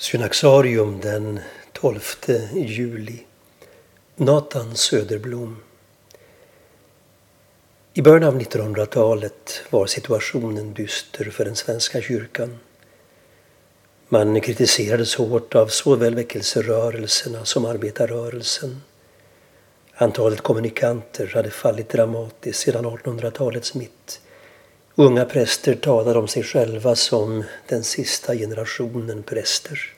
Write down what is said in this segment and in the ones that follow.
Synaxarium den 12 juli. Nathan Söderblom. I början av 1900-talet var situationen dyster för den svenska kyrkan. Man kritiserades hårt av såväl väckelserörelserna som arbetarrörelsen. Antalet kommunikanter hade fallit dramatiskt sedan 1800-talets mitt. Unga präster talade om sig själva som den sista generationen präster.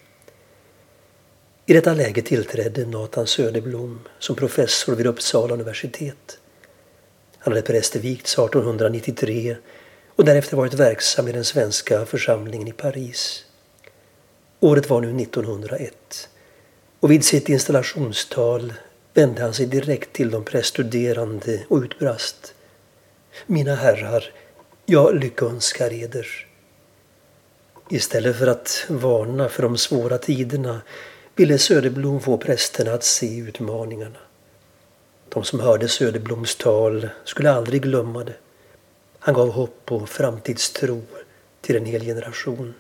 I detta läge tillträdde Nathan Söderblom som professor vid Uppsala universitet. Han hade prästvigts 1893 och därefter varit verksam i den svenska församlingen i Paris. Året var nu 1901 och vid sitt installationstal vände han sig direkt till de präststuderande och utbrast: "Mina herrar, jag lyckönskar eder." Istället för att varna för de svåra tiderna ville Söderblom få prästerna att se utmaningarna. De som hörde Söderbloms tal skulle aldrig glömma det. Han gav hopp och framtidstro till en hel generation.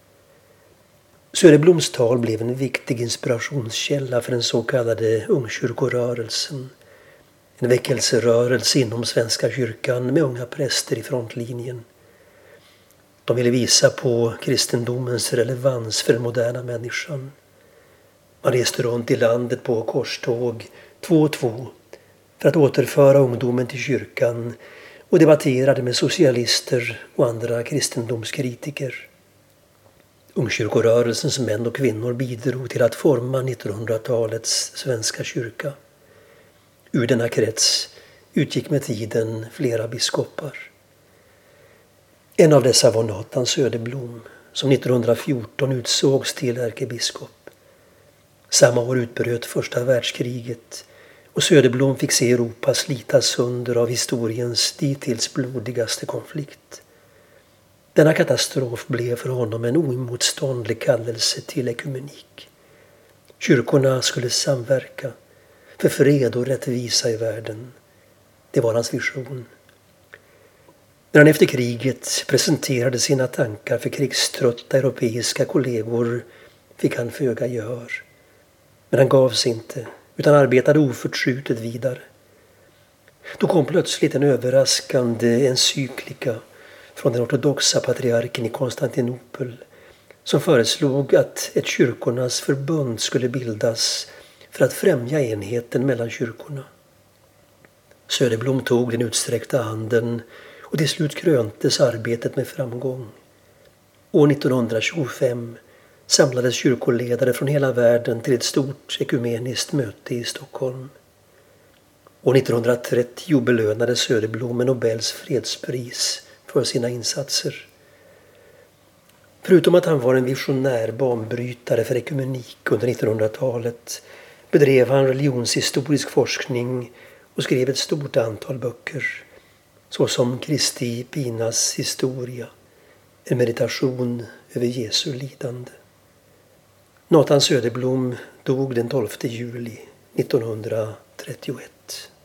Söderbloms tal blev en viktig inspirationskälla för den så kallade ungkyrkorörelsen. En väckelserörelse inom Svenska kyrkan med unga präster i frontlinjen. De ville visa på kristendomens relevans för den moderna människan. Man reste runt i landet på korståg 2 och 2 för att återföra ungdomen till kyrkan och debatterade med socialister och andra kristendomskritiker. Ungkyrkorörelsens män och kvinnor bidrog till att forma 1900-talets svenska kyrka. Ur denna krets utgick med tiden flera biskopar. En av dessa var Nathan Söderblom, som 1914 utsågs till ärkebiskop. Samma år utbröt första världskriget och Söderblom fick se Europa slitas sönder av historiens dittills blodigaste konflikt. Denna katastrof blev för honom en oemotståndlig kallelse till ekumenik. Kyrkorna skulle samverka för fred och rättvisa i världen. Det var hans vision. När han efter kriget presenterade sina tankar för krigströtta europeiska kollegor fick han föga gehör. Men han gav sig inte, utan arbetade oförtrutet vidare. Då kom plötsligt en överraskande encyklika från den ortodoxa patriarken i Konstantinopel som föreslog att ett kyrkornas förbund skulle bildas för att främja enheten mellan kyrkorna. Söderblom tog den utsträckta handen och till slut kröntes arbetet med framgång. År 1925 samlades kyrkoledare från hela världen till ett stort ekumeniskt möte i Stockholm. År 1930 belönade Söderblom med Nobels fredspris för sina insatser. Förutom att han var en visionär banbrytare för ekumenik under 1900-talet bedrev han religionshistorisk forskning och skrev ett stort antal böcker, såsom Kristi Pinas historia, en meditation över Jesu lidande. Nathan Söderblom dog den 12 juli 1931.